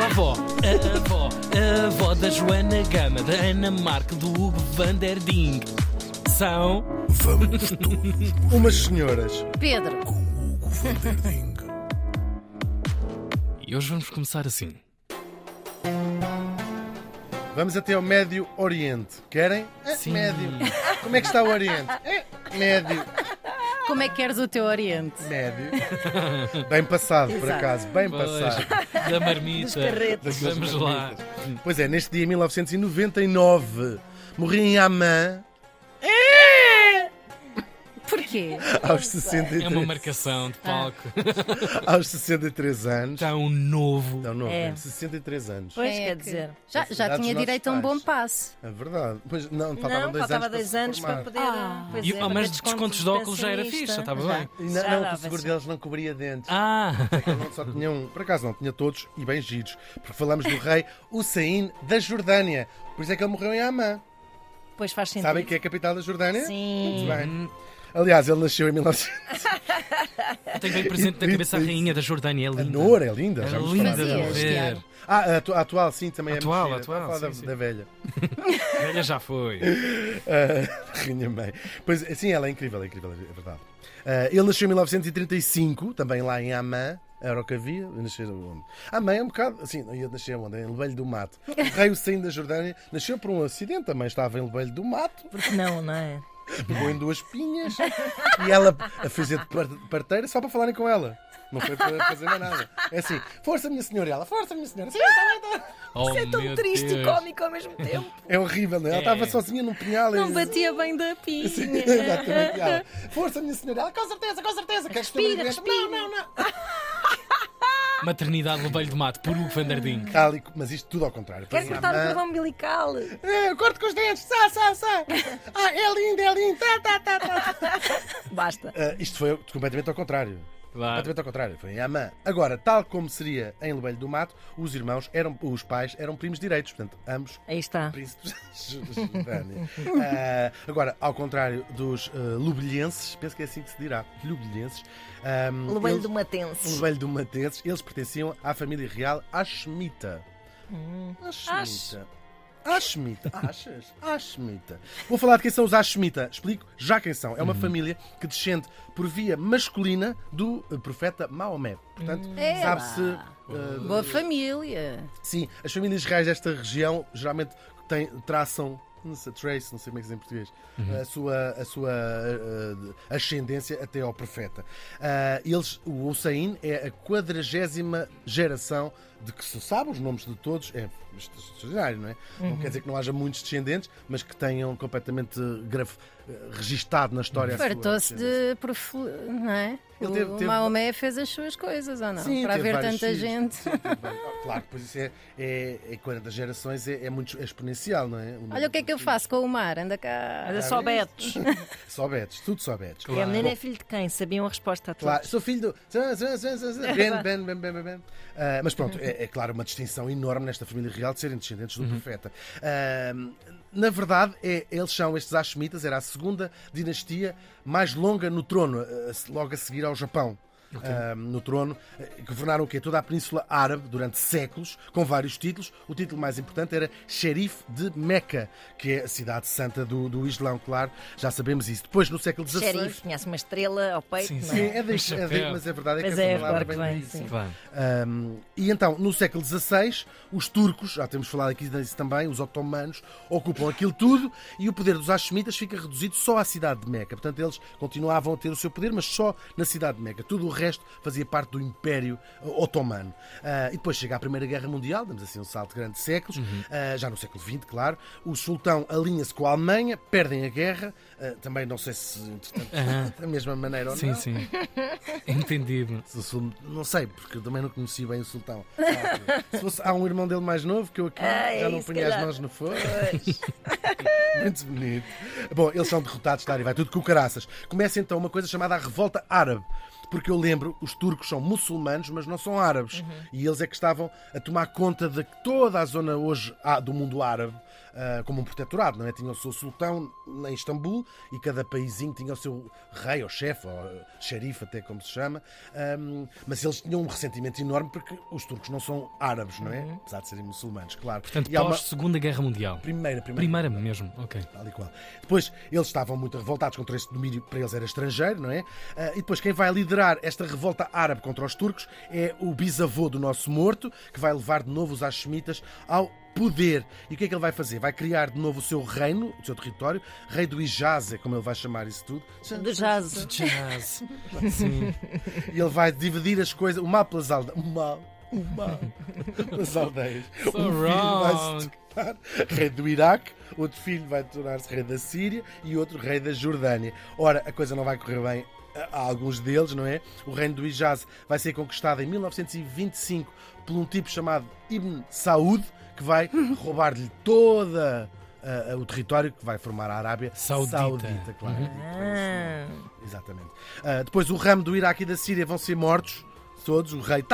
sua avó, a avó da Joana Gama, da Ana Marque, do Hugo van der Ding. São... Vamos todos Umas senhoras. Pedro. com Hugo van der Ding. E hoje vamos começar assim. Vamos até ao Médio Oriente. Querem? Sim. Médio. Como é que está o Oriente? Médio. Como é que queres o teu Oriente? Médio. Bem passado, por Exato. acaso. Bem Pois, passado. da marmita. Das Vamos lá. marmitas. Pois é, neste dia, em 1999, morri em Amman, Porquê? aos 63, É uma marcação de palco. aos 63 anos. Está um novo. Não, não, É. 63 anos. Pois, Quem é quer que- dizer. Já Idade tinha dos direito a um nossos bom pais. passe. É verdade. Pois não, faltavam Não, dois faltava anos 2 anos para se poder. Ah. Pois E- é, para mas ter descontos de óculos já era fixe, já estava bem. E Já não, que o dava, seguro sim. deles não cobria dentes. Ah, Eu não só tinha um, por acaso não, tinha todos e bem giros. Porque falamos do rei Hussein da Jordânia. Por isso é que ele morreu em Amman. Pois faz sentido. Sabem que é a capital da Jordânia? Sim. Muito bem. Aliás, ele nasceu em 1900. tenho bem presente na cabeça a rainha da Jordânia. É A linda. Noor é linda. É já vamos linda falar de dela. Fazias, ver. Tiago. A atual, sim, também Atual, é muito gira. atual, Estava a falar sim, da velha. Velha já foi. Rainha mãe. Pois, sim, ela é incrível, é verdade. Ele nasceu em 1935, também lá em Amman. Era o que havia. Nasceu onde? Amman é um bocado. Assim, ia nascer onde? Em Lebelho do Mato. O rei Hussein da Jordânia nasceu por um acidente, também estava em Lebelho do Mato. Porque não, não é? Pegou em duas pinhas e ela a fazia de parteira só para falarem com ela. Não foi para fazer mais nada. É assim, força minha senhora. E ela, força minha senhora. Sim, está bem. Oh, Isso é tão meu triste e Deus. cómico ao mesmo tempo. É horrível, não é? Ela estava sozinha num pinhal. Não e... batia bem da Sim, pinha. exatamente. Ela, força minha senhora. Ela, com certeza, com certeza. Queres que eu Respira, aguente? respira. Não. Maternidade Lebelho de Mato, por Hugo van der Ding. Mas isto tudo ao contrário. Quero cortar o cordão umbilical. Corte com os dentes. Sá. É lindo. Tá. Basta. Isto foi completamente ao contrário. Claro. Completamente ao contrário, foi em Amman. Agora, tal como seria em Lebelho do Mato, os pais eram primos direitos, portanto, ambos Aí está. príncipes da Jordânia. Agora, ao contrário dos lubelhenses, penso que é assim que se dirá, lubelhenses, Lebelho do Matense. Lebelho do Matenses, eles pertenciam à família real Hashemita. Hashemita. Hashemita. Vou falar de quem são os Hashemita. Explico já quem são. É uma família que descende por via masculina do profeta Maomé. Portanto, É sabe-se... Boa família. Sim, as famílias reais desta região geralmente traçam, não sei, trace, não sei como é que se diz em português, a sua ascendência até ao profeta. O Hussein é a 40ª geração de que se sabe, os nomes de todos, é extraordinário, não é? Não quer dizer que não haja muitos descendentes, mas que tenham completamente registado na história a sua Fartou-se descendência. não é? Ele teve- O Maomé fez as suas coisas, ou não? Sim, Para teve haver vários tanta filhos. gente. Sim, claro, pois isso é 40 gerações, é muito exponencial, não é? Olha o que é que eu faço com o mar, anda cá. Olha só Betos. Só Betos, tudo só Betos. E a menina é filho de quem? Sabiam a resposta a todos. Claro, sou filho do. Ben. Mas pronto, é claro uma distinção enorme nesta família real de serem descendentes do profeta. Na verdade, eles são, estes Hashemitas, era a segunda dinastia mais longa no trono, logo a seguir ao Japão. No trono, governaram o quê? Toda a Península Árabe durante séculos, com vários títulos. O título mais importante era Xerife de Meca, que é a cidade santa do Islão, claro, já sabemos isso. Depois, no século XVI... Xerife, conhece uma estrela ao peito, Sim, não Sim, é? mas é verdade, Mas que essa é, palavra claro que vem vem, daí, sim. Claro. E então, no século XVI, os turcos, já temos falado aqui disso também, os otomanos, ocupam aquilo tudo e o poder dos Hashemitas fica reduzido só à cidade de Meca. Portanto, eles continuavam a ter o seu poder, mas só na cidade de Meca. Tudo o resto fazia parte do Império Otomano. E depois chega a Primeira Guerra Mundial, damos assim um salto grande de séculos, já no século XX, claro. O sultão alinha-se com a Alemanha, perdem a guerra, também não sei se, entretanto, da mesma maneira ou Sim, não. sim. Entendido. Não sei, porque eu também não conheci bem o sultão. Se fosse, há um irmão dele mais novo que eu aqui já não se punha as calhar. mãos no fogo. Muito bonito. Bom, eles são derrotados, claro, e vai tudo com caraças. Começa então uma coisa chamada a Revolta Árabe. Porque eu lembro, os turcos são muçulmanos, mas não são árabes. E eles é que estavam a tomar conta de toda a zona hoje do mundo árabe. como um protetorado, não é? Tinha o seu sultão em Istambul e cada paísinho tinha o seu rei ou chefe, ou xerife até como se chama, mas eles tinham um ressentimento enorme porque os turcos não são árabes, não é? Apesar de serem muçulmanos, claro. Portanto, E há uma- pós-Segunda Guerra Mundial. Primeira Mesmo, ok. tal e qual. Depois, eles estavam muito revoltados contra este domínio, para eles era estrangeiro, não é? E depois, quem vai liderar esta revolta árabe contra os turcos é o bisavô do nosso morto, que vai levar de novo os hashemitas ao poder. E o que é que ele vai fazer? Vai criar de novo o seu reino, o seu território, rei do Hijaz, é como ele vai chamar isso tudo. Do jazz. Jazz. Sim. E ele vai dividir as coisas, o mal pelas aldeias. O mal pelas aldeias. So Um filho vai wrong. se tornar rei do Iraque, outro filho vai tornar-se rei da Síria e outro rei da Jordânia. Ora, a coisa não vai correr bem a alguns deles, não é? O reino do Hijaz vai ser conquistado em 1925 por um tipo chamado Ibn Saud, que vai roubar-lhe toda o território que vai formar a Arábia Saudita. claro. Ah, Exatamente. Depois o ramo do Iraque e da Síria vão ser mortos, todos, o rei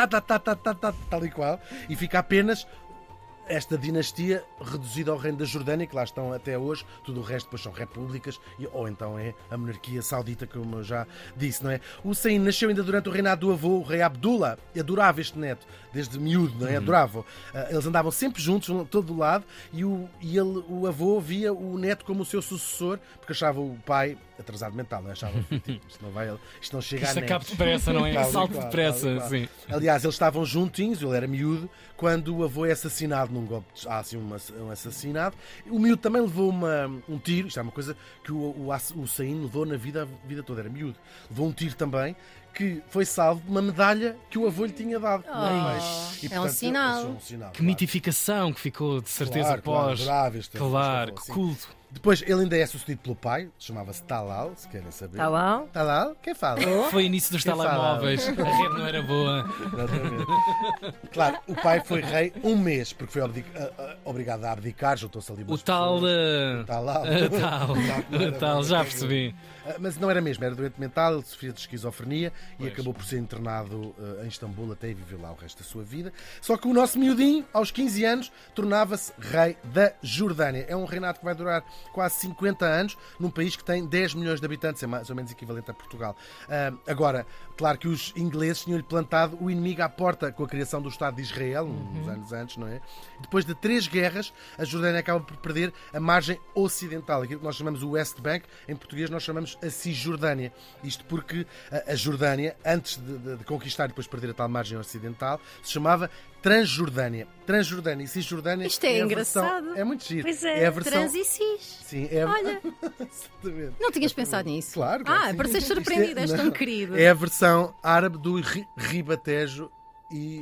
tal e qual, e fica apenas esta dinastia reduzida ao reino da Jordânia, que lá estão até hoje, tudo o resto depois são repúblicas, ou então é a monarquia saudita, como eu já disse, não é? O Hussein nasceu ainda durante o reinado do avô, o rei Abdullah, e adorava este neto, desde miúdo, não é? Adorava. Eles andavam sempre juntos, um todo lado, e o avô via o neto como o seu sucessor, porque achava o pai atrasado mental, não é? Achava tipo, isto não chega a Isto neto. acaba depressa, não é? Tal e Salto qual, depressa, tal e qual. sim. Aliás, eles estavam juntinhos, ele era miúdo, quando o avô é assassinado num golpe. Há assim um assassinato. O miúdo também levou um tiro, isto é uma coisa que o Hussein levou na vida, a vida toda, era miúdo. Levou um tiro também, que foi salvo de uma medalha que o avô lhe tinha dado. Oh, é um sinal. Que mitificação que ficou, de certeza, após. Claro, que culto. Depois ele ainda é sucedido pelo pai, chamava-se Talal, se querem saber. tá bom? Talal? Quem fala? Foi o início dos Quem fala? telemóveis. A rede não era boa. Exatamente. Claro, o pai foi rei um mês, porque foi obrigado a abdicar, juntou-se ali O umas tal. pessoas. Talal. Tal, já percebi. Mas não era mesmo, era doente mental, ele sofria de esquizofrenia e Pois. acabou por ser internado em Istambul até e viveu lá o resto da sua vida. Só que o nosso miudinho, aos 15 anos, tornava-se rei da Jordânia. É um reinado que vai durar quase 50 anos, num país que tem 10 milhões de habitantes, é mais ou menos equivalente a Portugal. Agora, claro que os ingleses tinham-lhe plantado o inimigo à porta com a criação do Estado de Israel, uns anos antes, não é? Depois de 3 guerras, a Jordânia acaba por perder a margem ocidental, aquilo que nós chamamos o West Bank, em português nós chamamos a Cisjordânia. Isto porque a Jordânia, antes de conquistar e depois perder a tal margem ocidental, se chamava Transjordânia. Transjordânia e Cisjordânia. Isto é a versão- engraçado. É muito giro. Pois é. a versão. Trans e cis. Sim, é Olha. Exatamente. Não tinhas pensado nisso? Claro. Ah, sim. pareces Isto surpreendida, és não, tão querido. É a versão árabe do Ribatejo e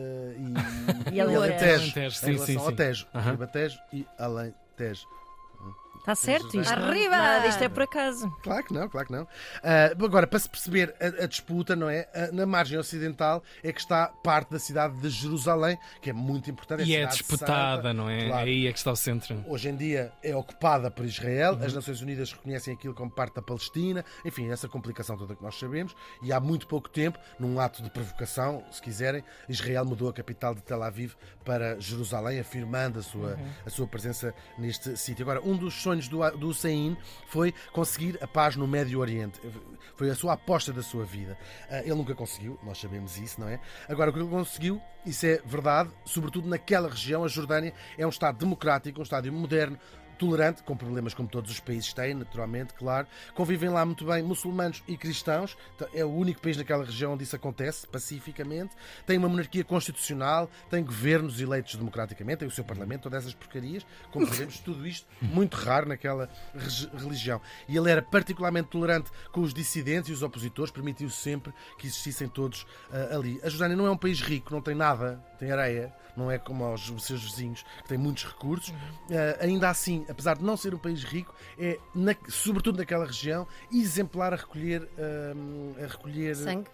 E Alentejo. Alentejo, sim, em relação sim, ao sim. Tejo. Aham. Ribatejo e Alentejo. Está certo isto? Arriba! Nada, isto é por acaso. Claro que não, claro que não. Agora, para se perceber a disputa, não é? Na margem ocidental é que está parte da cidade de Jerusalém, que é muito importante. E a é cidade disputada, santa. não é? Claro. Aí é que está o centro. Hoje em dia é ocupada por Israel, as Nações Unidas reconhecem aquilo como parte da Palestina, enfim, essa complicação toda que nós sabemos, e há muito pouco tempo, num ato de provocação, se quiserem, Israel mudou a capital de Tel Aviv para Jerusalém, afirmando a sua presença neste sítio. Agora, um dos sonhos do Hussein foi conseguir a paz no Médio Oriente. Foi a sua aposta da sua vida. Ele nunca conseguiu, nós sabemos isso, não é? Agora, o que ele conseguiu, isso é verdade, sobretudo naquela região, a Jordânia é um Estado democrático, um Estado moderno, tolerante, com problemas como todos os países têm, naturalmente, claro. Convivem lá muito bem muçulmanos e cristãos. É o único país naquela região onde isso acontece, pacificamente. Tem uma monarquia constitucional, tem governos eleitos democraticamente, tem o seu parlamento, todas essas porcarias. Como veremos, tudo isto muito raro naquela religião. E ele era particularmente tolerante com os dissidentes e os opositores, permitiu sempre que existissem todos ali. A Jordânia não é um país rico, não tem nada, tem areia, não é como os seus vizinhos, que têm muitos recursos. Ainda assim, apesar de não ser um país rico, é, sobretudo naquela região, exemplar a recolher Sangue?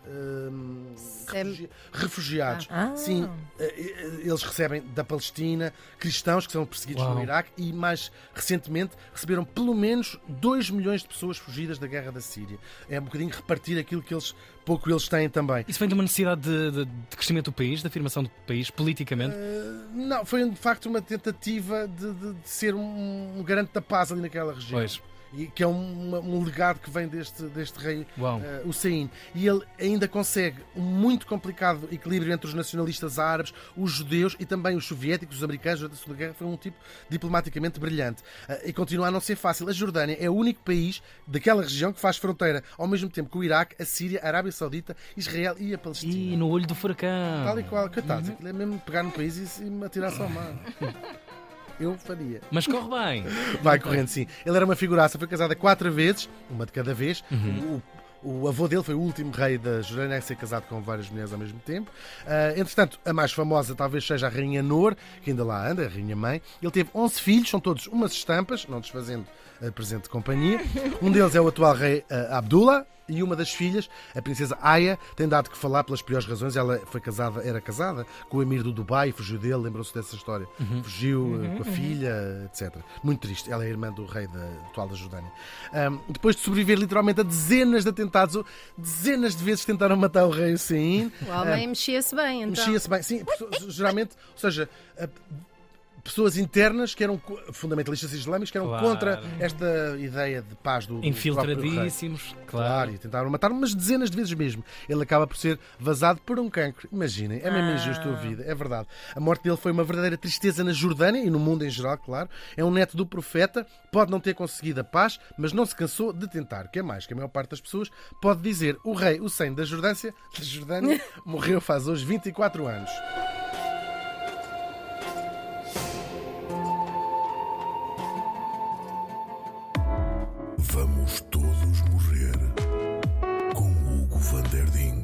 refugiados. Sim, eles recebem da Palestina cristãos que são perseguidos Uau. no Iraque e, mais recentemente, receberam pelo menos 2 milhões de pessoas fugidas da guerra da Síria. É um bocadinho repartir aquilo que eles pouco eles têm também. Isso vem de uma necessidade de crescimento do país, de afirmação do país, politicamente? Não, foi de facto uma tentativa de ser um garante da paz ali naquela região. Pois. E que é um legado que vem deste rei Hussein. E ele ainda consegue um muito complicado equilíbrio entre os nacionalistas árabes, os judeus e também os soviéticos, os americanos. Durante a Segunda Guerra foi um tipo diplomaticamente brilhante. E continua a não ser fácil. A Jordânia é o único país daquela região que faz fronteira ao mesmo tempo com o Iraque, a Síria, a Arábia Saudita, Israel e a Palestina. E no olho do furacão. Tal e qual. Coitados, aquilo é mesmo pegar no país e me atirar-se ao mar. Eu faria. Mas corre bem. Vai correndo, sim. Ele era uma figuraça, foi casado 4 vezes, uma de cada vez. O avô dele foi o último rei da Jordânia a ser casado com várias mulheres ao mesmo tempo. Entretanto, a mais famosa talvez seja a Rainha Noor, que ainda lá anda, a Rainha Mãe. Ele teve 11 filhos, são todos umas estampas, não desfazendo a presente companhia. Um deles é o atual rei Abdullah. E uma das filhas, a princesa Aya, tem dado que falar pelas piores razões. Ela era casada com o emir do Dubai e fugiu dele, lembram-se dessa história. Fugiu com a filha, etc. Muito triste. Ela é irmã do rei atual da Jordânia. Depois de sobreviver literalmente a dezenas de atentados, dezenas de vezes tentaram matar o rei Hussein. O homem mexia-se bem, então. Mexia-se bem, sim. Geralmente, ou seja... pessoas internas que eram fundamentalistas islâmicos que eram contra esta ideia de paz do infiltradíssimos, claro, e tentaram matar umas dezenas de vezes mesmo. Ele acaba por ser vazado por um cancro. Imaginem, é mesmo injusto a vida, é verdade. A morte dele foi uma verdadeira tristeza na Jordânia e no mundo em geral, claro. É um neto do profeta, pode não ter conseguido a paz, mas não se cansou de tentar. O que é mais que a maior parte das pessoas pode dizer. O rei Hussein da Jordânia morreu faz hoje 24 anos. Vamos todos morrer com Hugo van der Ding.